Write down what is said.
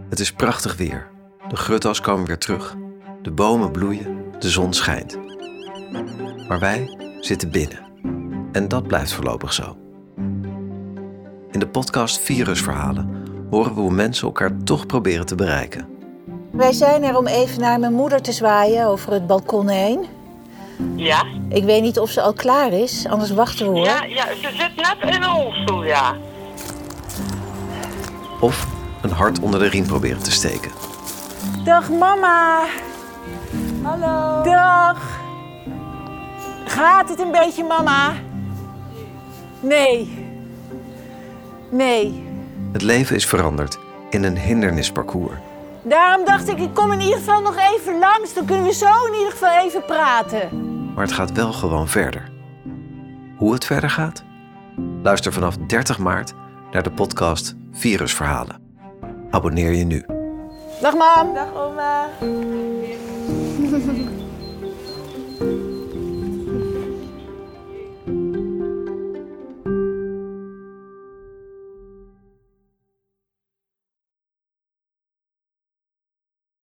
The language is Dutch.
Het is prachtig weer. De grutto's komen weer terug. De bomen bloeien, de zon schijnt. Maar wij zitten binnen. En dat blijft voorlopig zo. In de podcast Virusverhalen horen we hoe mensen elkaar toch proberen te bereiken. Wij zijn er om even naar mijn moeder te zwaaien over het balkon heen. Ja? Ik weet niet of ze al klaar is, anders wachten we hoor. Ja, ze zit net in een rolstoel, ja. Of een hart onder de riem proberen te steken. Dag mama. Hallo. Dag. Gaat het een beetje mama? Nee. Het leven is veranderd in een hindernisparcours. Daarom dacht ik kom in ieder geval nog even langs. Dan kunnen we zo in ieder geval even praten. Maar het gaat wel gewoon verder. Hoe het verder gaat? Luister vanaf 30 maart naar de podcast Virusverhalen. Abonneer je nu. Dag mam. Dag oma.